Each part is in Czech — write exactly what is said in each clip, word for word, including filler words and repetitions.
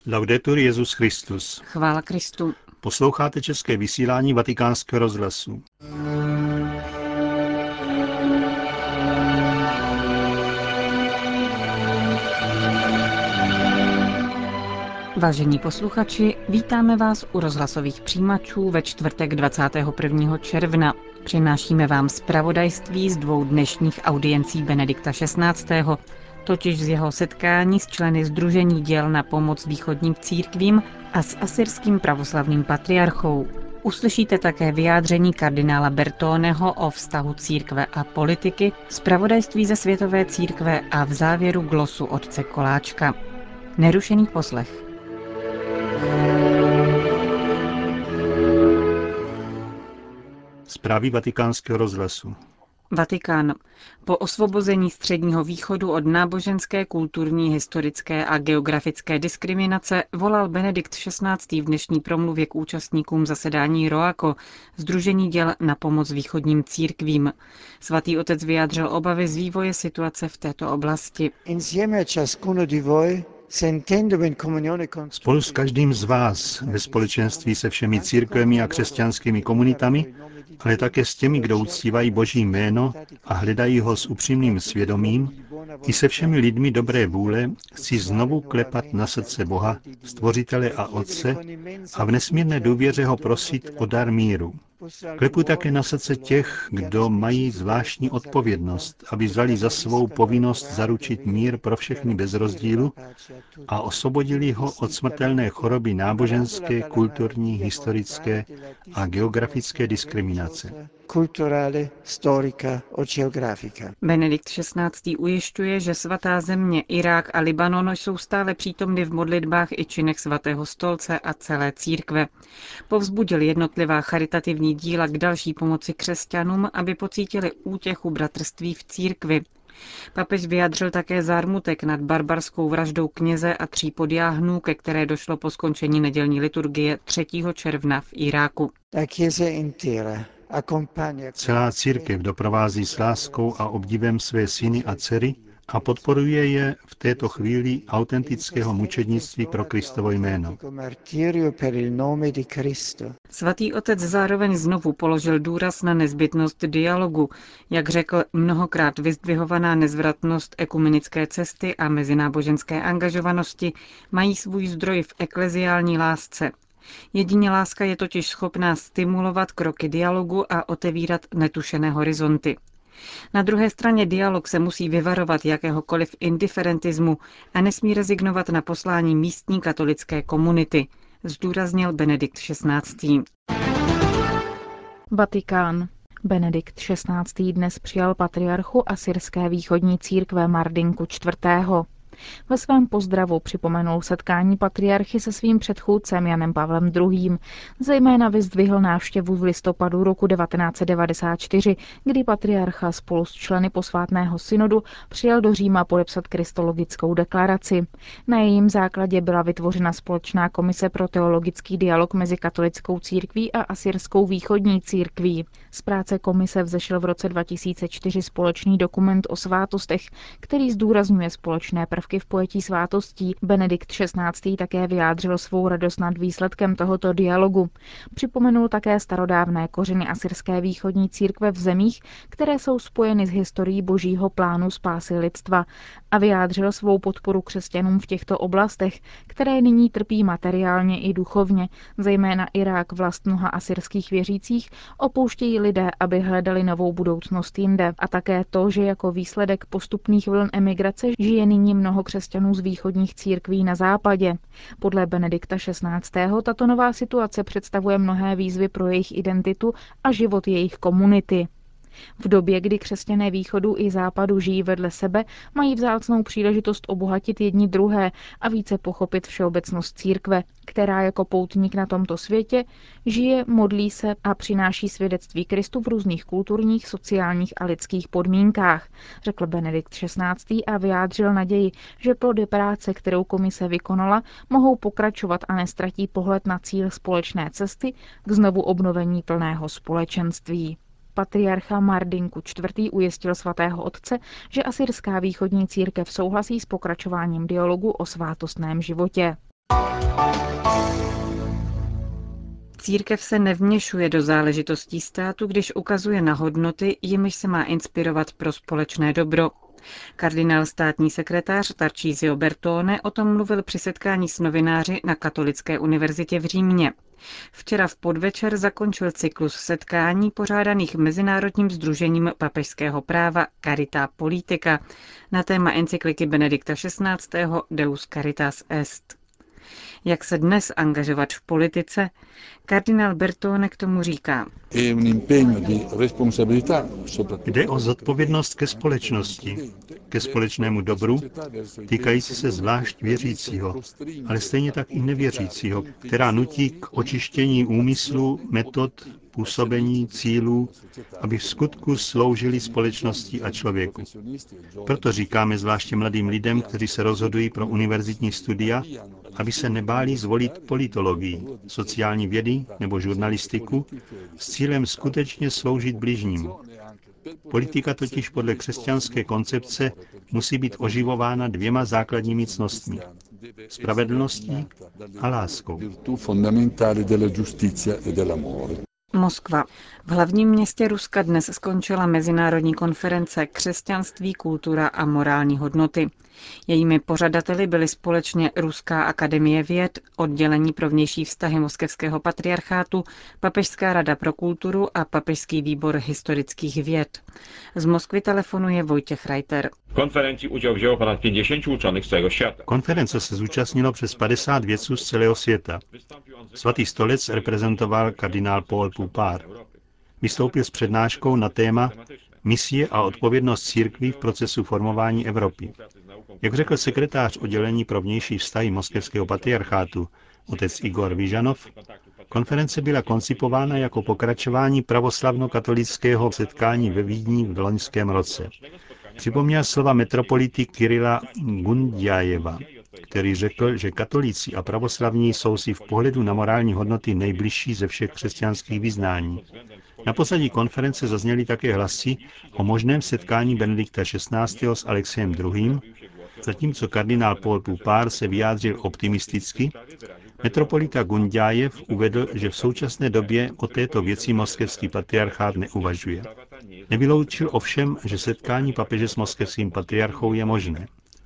Laudetur Jesus Christus. Chvála Kristu. Posloucháte české vysílání Vatikánského rozhlasu. Vážení posluchači, vítáme vás u rozhlasových přijímačů ve čtvrtek dvacátého prvního června. Přinášíme vám zpravodajství z dvou dnešních audiencí Benedikta šestnáctého., totiž z jeho setkání s členy Sdružení děl na pomoc východním církvím a s asyrským pravoslavným patriarchou. Uslyšíte také vyjádření kardinála Bertoneho o vztahu církve a politiky, zpravodajství ze Světové církve a v závěru glosu otce Koláčka. Nerušený poslech. Zprávy Vatikánského rozhlasu. Vatikán. Po osvobození Středního východu od náboženské, kulturní, historické a geografické diskriminace volal Benedikt šestnáctý. v dnešní promluvě k účastníkům zasedání Roaco, Sdružení děl na pomoc východním církvím. Svatý otec vyjádřil obavy z vývoje situace v této oblasti. Spolu s každým z vás, ve společenství se všemi církvemi a křesťanskými komunitami, ale také s těmi, kdo uctívají Boží jméno a hledají ho s upřímným svědomím, i se všemi lidmi dobré vůle chci znovu klepat na srdce Boha, Stvořitele a Otce, a v nesmírné důvěře ho prosit o dar míru. Klepu také na srdce těch, kdo mají zvláštní odpovědnost, aby vzali za svou povinnost zaručit mír pro všechny bez rozdílu a osvobodili ho od smrtelné choroby náboženské, kulturní, historické a geografické diskriminace. Benedikt šestnáctý. ujišťuje, že svatá země, Irák a Libanon jsou stále přítomny v modlitbách i činech svatého stolce a celé církve. Povzbudil jednotlivá charitativní díla k další pomoci křesťanům, aby pocítili útěchu bratrství v církvi. Papež vyjádřil také zármutek nad barbarskou vraždou kněze a tří podjáhnů, ke které došlo po skončení nedělní liturgie třetího června v Iráku. Celá církev doprovází s láskou a obdivem své syny a dcery a podporuje je v této chvíli autentického mučednictví pro Kristovo jméno. Svatý otec zároveň znovu položil důraz na nezbytnost dialogu. Jak řekl, mnohokrát vyzdvihovaná nezvratnost ekumenické cesty a mezináboženské angažovanosti mají svůj zdroj v ekleziální lásce. Jedině láska je totiž schopná stimulovat kroky dialogu a otevírat netušené horizonty. Na druhé straně dialog se musí vyvarovat jakéhokoliv indiferentismu a nesmí rezignovat na poslání místní katolické komunity, zdůraznil Benedikt šestnáctý. Vatikán. Benedikt šestnáctý. dnes přijal patriarchu asyrské východní církve Mardinku čtvrtého. Ve svém pozdravu připomenul setkání patriarchy se svým předchůdcem Janem Pavlem druhým. Zejména vyzdvihl návštěvu v listopadu roku devatenáct set devadesát čtyři, kdy patriarcha spolu s členy posvátného synodu přijel do Říma podepsat kristologickou deklaraci. Na jejím základě byla vytvořena společná komise pro teologický dialog mezi katolickou církví a asyrskou východní církví. Z práce komise vzešel v roce dva tisíce čtyři společný dokument o svátostech, který zdůrazňuje společné prvky v pojetí svátostí. Benedikt šestnáctý. také vyjádřil svou radost nad výsledkem tohoto dialogu. Připomenul také starodávné kořeny asyrské východní církve v zemích, které jsou spojeny s historií božího plánu spásy lidstva, a vyjádřil svou podporu křesťanům v těchto oblastech, které nyní trpí materiálně i duchovně, zejména Irák, vlast mnoha asyrských věřících, opouštějí lidé, aby hledali novou budoucnost jinde, a také to, že jako výsledek postupných vln emigrace žije nyní mnoho křesťanů z východních církví na západě. Podle Benedikta šestnáctého. tato nová situace představuje mnohé výzvy pro jejich identitu a život jejich komunity. V době, kdy křesťané východu i západu žijí vedle sebe, mají vzácnou příležitost obohatit jedni druhé a více pochopit všeobecnost církve, která jako poutník na tomto světě žije, modlí se a přináší svědectví Kristu v různých kulturních, sociálních a lidských podmínkách, řekl Benedikt šestnáctý. a vyjádřil naději, že plody práce, kterou komise vykonala, mohou pokračovat a nestratí pohled na cíl společné cesty k znovu obnovení plného společenství. Patriarcha Mardinku čtvrtý. ujistil svatého otce, že asyrská východní církev souhlasí s pokračováním dialogu o svátostném životě. Církev se nevměšuje do záležitostí státu, když ukazuje na hodnoty, jimiž se má inspirovat pro společné dobro. Kardinál státní sekretář Tarcísio Bertone o tom mluvil při setkání s novináři na Katolické univerzitě v Římě. Včera v podvečer zakončil cyklus setkání pořádaných Mezinárodním sdružením papežského práva Carita Politica na téma encykliky Benedikta šestnáctého. Deus Caritas Est. Jak se dnes angažovat v politice, kardinál Bertone k tomu říká. Jde o zodpovědnost ke společnosti, ke společnému dobru, týkající se zvlášť věřícího, ale stejně tak i nevěřícího, která nutí k očištění úmyslu, metod, působení, cílů, aby v skutku sloužili společnosti a člověku. Proto říkáme zvláště mladým lidem, kteří se rozhodují pro univerzitní studia, aby se nebáli zvolit politologii, sociální vědy nebo žurnalistiku s cílem skutečně sloužit bližnímu. Politika totiž podle křesťanské koncepce musí být oživována dvěma základními cnostmi. Spravedlností a láskou. Moskva. V hlavním městě Ruska dnes skončila mezinárodní konference Křesťanství, kultura a morální hodnoty. Jejími pořadateli byly společně Ruská akademie věd, oddělení pro vnější vztahy Moskevského patriarchátu, Papežská rada pro kulturu a Papežský výbor historických věd. Z Moskvy telefonuje Vojtěch Reiter. Konferenci udělal wzięło ponad pięćdziesięciu uczonych z całego świata. Konference se zúčastnilo přes padesát vědců z celého světa. Svatý stolec reprezentoval kardinál Paul Poupart. Vystoupil s přednáškou na téma Misie a odpovědnost církví v procesu formování Evropy. Jak řekl sekretář oddělení pro vnější vztahy Moskevského patriarchátu, otec Igor Vyžanov, konference byla koncipována jako pokračování pravoslavno-katolického setkání ve Vídni v loňském roce. Připomněl slova metropolity Kirila Gundjajeva, který řekl, že katolíci a pravoslavní jsou si v pohledu na morální hodnoty nejbližší ze všech křesťanských vyznání. Na pozadí konference zazněly také hlasy o možném setkání Benedikta šestnáctého s Alexejem druhým. Zatímco kardinál Paul Poupart se vyjádřil optimisticky, metropolita Gundjajev uvedl, že v současné době o této věci moskevský patriarchát neuvažuje. Nevyloučil ovšem, že setkání papeže s moskevským patriarchou je možné.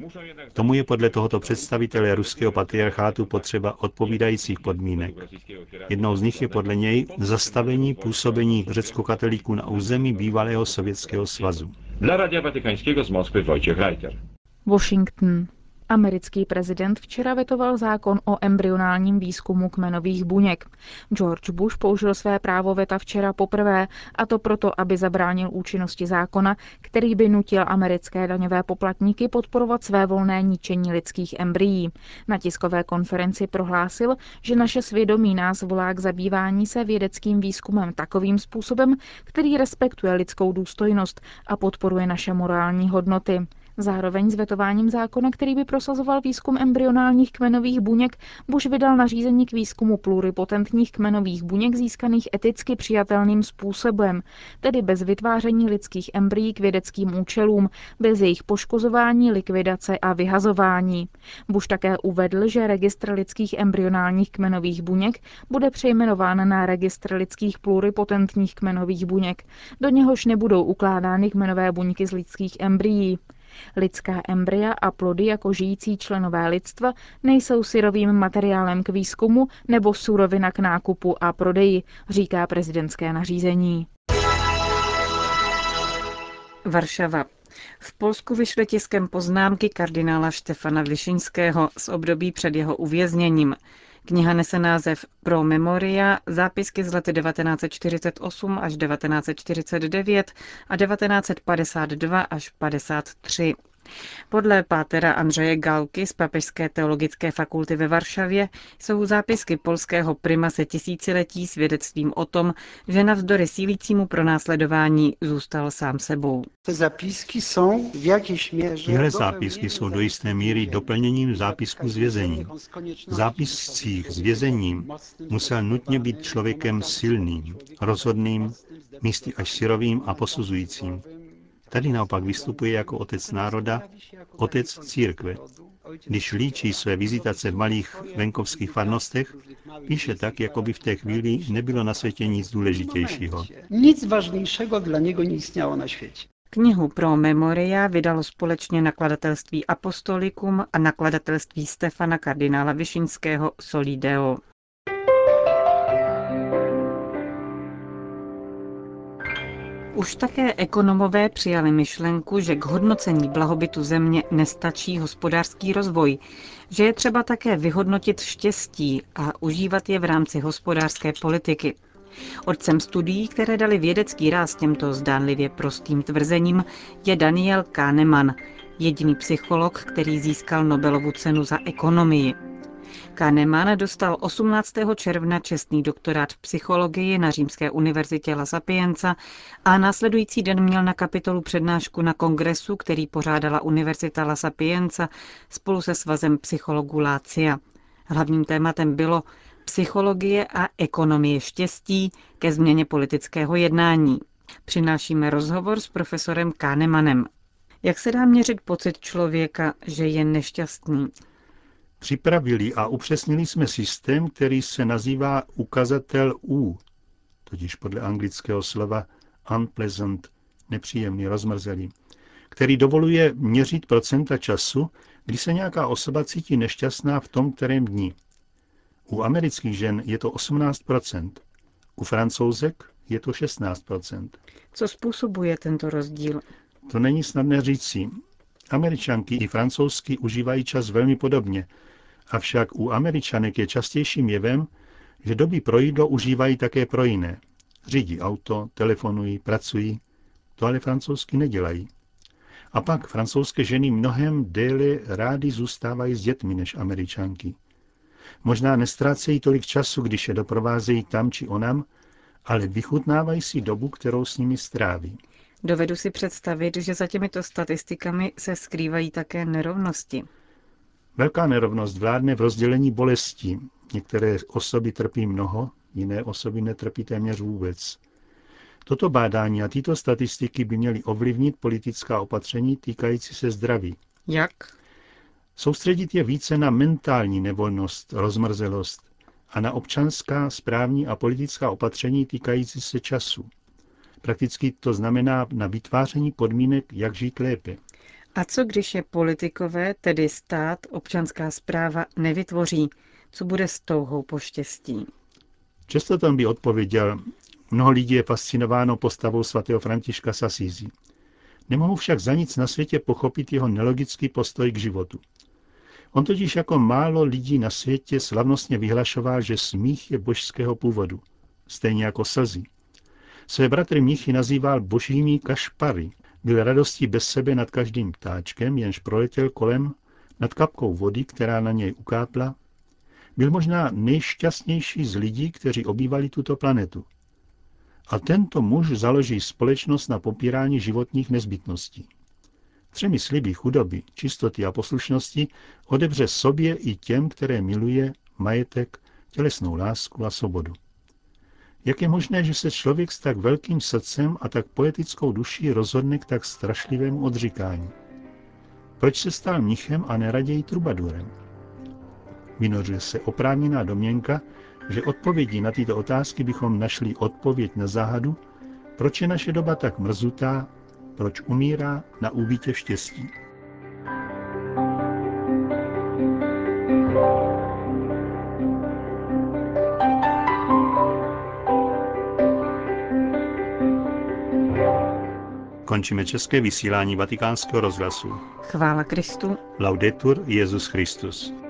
Tomu je podle tohoto představitele ruského patriarchátu potřeba odpovídajících podmínek. Jednou z nich je podle něj zastavení působení řeckokatolíků na území bývalého Sovětského svazu. Dla Radia Watykańskiego z Moskwy Wojciech Reiter. Washington. Americký prezident včera vetoval zákon o embryonálním výzkumu kmenových buněk. George Bush použil své právo veta včera poprvé, a to proto, aby zabránil účinnosti zákona, který by nutil americké daňové poplatníky podporovat své volné ničení lidských embryí. Na tiskové konferenci prohlásil, že naše svědomí nás volá k zabývání se vědeckým výzkumem takovým způsobem, který respektuje lidskou důstojnost a podporuje naše morální hodnoty. Zároveň s vetováním zákona, který by prosazoval výzkum embryonálních kmenových buněk, Bush vydal nařízení k výzkumu pluripotentních kmenových buněk získaných eticky přijatelným způsobem, tedy bez vytváření lidských embryí k vědeckým účelům, bez jejich poškozování, likvidace a vyhazování. Bush také uvedl, že registr lidských embryonálních kmenových buněk bude přejmenován na registr lidských pluripotentních kmenových buněk. Do něhož nebudou ukládány kmenové buňky z lidských embryí. Lidská embrya a plody jako žijící členové lidstva nejsou syrovým materiálem k výzkumu nebo surovina k nákupu a prodeji, říká prezidentské nařízení. Varšava. V Polsku vyšly tiskem poznámky kardinála Štefana Vyšinského z období před jeho uvězněním. Kniha nese název Pro Memoria, zápisky z let devatenáct set čtyřicet osm až devatenáct set čtyřicet devět a devatenáct set padesát dva až padesát tři. Podle pátera Andřeje Galky z Papežské teologické fakulty ve Varšavě jsou zápisky polského primase tisíciletí svědectvím o tom, že navzdory sílícímu pronásledování zůstal sám sebou. Tyhle zápisky jsou do jisté míry doplněním zápisků z vězení. V zápiscích z vězením musel nutně být člověkem silným, rozhodným, místy až syrovým a posuzujícím. Tady naopak vystupuje jako otec národa, otec církve. Když líčí své vizitace v malých venkovských farnostech, píše tak, jako by v té chvíli nebylo na světě nic důležitějšího. Nic ważniejszego dla niego nie istniało na świecie. Knihu Pro Memoria vydalo společně nakladatelství Apostolikum a nakladatelství Stefana kardinála Vyšinského Soli Deo. Už také ekonomové přijali myšlenku, že k hodnocení blahobytu země nestačí hospodářský rozvoj, že je třeba také vyhodnotit štěstí a užívat je v rámci hospodářské politiky. Otcem studií, které dali vědecký ráz těmto zdánlivě prostým tvrzením, je Daniel Kahneman, jediný psycholog, který získal Nobelovu cenu za ekonomii. Kahneman dostal osmnáctého června čestný doktorát v psychologii na Římské univerzitě La Sapienza a následující den měl na kapitolu přednášku na kongresu, který pořádala Univerzita La Sapienza spolu se svazem psychologů Lácia. Hlavním tématem bylo psychologie a ekonomie štěstí ke změně politického jednání. Přinášíme rozhovor s profesorem Kahnemanem. Jak se dá měřit pocit člověka, že je nešťastný? Připravili a upřesnili jsme systém, který se nazývá ukazatel U, totiž podle anglického slova unpleasant, nepříjemný, rozmrzelý, který dovoluje měřit procenta času, kdy se nějaká osoba cítí nešťastná v tom kterém dni. U amerických žen je to osmnáct procent, u Francouzek je to šestnáct procent. Co způsobuje tento rozdíl? To není snadné říci. Američanky i francouzsky užívají čas velmi podobně, avšak u Američanek je častějším jevem, že doby pro jídlo užívají také pro jiné. Řídí auto, telefonují, pracují, to ale francouzsky nedělají. A pak francouzské ženy mnohem déle rády zůstávají s dětmi než Američanky. Možná nestrácejí tolik času, když je doprovázejí tam či onam, ale vychutnávají si dobu, kterou s nimi stráví. Dovedu si představit, že za těmito statistikami se skrývají také nerovnosti. Velká nerovnost vládne v rozdělení bolestí. Některé osoby trpí mnoho, jiné osoby netrpí téměř vůbec. Toto bádání a tyto statistiky by měly ovlivnit politická opatření týkající se zdraví. Jak? Soustředit je více na mentální nevolnost, rozmrzelost a na občanská, správní a politická opatření týkající se času. Prakticky to znamená na vytváření podmínek, jak žít lépe. A co když je politikové, tedy stát, občanská správa nevytvoří? Co bude s touhou po štěstí? Často tam by odpověděl, mnoho lidí je fascinováno postavou svatého Františka z Asízy. Nemohu však za nic na světě pochopit jeho nelogický postoj k životu. On totiž jako málo lidí na světě slavnostně vyhlašoval, že smích je božského původu, stejně jako slzy. Své bratry mnichy nazýval božími kašpary. Byl radostí bez sebe nad každým ptáčkem, jenž proletěl kolem, nad kapkou vody, která na něj ukápla. Byl možná nejšťastnější z lidí, kteří obývali tuto planetu. A tento muž založí společnost na popírání životních nezbytností. Třemi sliby chudoby, čistoty a poslušnosti odebře sobě i těm, které miluje, majetek, tělesnou lásku a svobodu. Jak je možné, že se člověk s tak velkým srdcem a tak poetickou duší rozhodne k tak strašlivému odříkání? Proč se stal mnichem a neraději trubadurem? Vynořuje se oprávněná domněnka, že odpovědí na tyto otázky bychom našli odpověď na záhadu, proč je naše doba tak mrzutá, proč umírá na úbytě štěstí. Končíme české vysílání Vatikánského rozhlasu. Chvála Kristu. Laudetur Jesus Christus.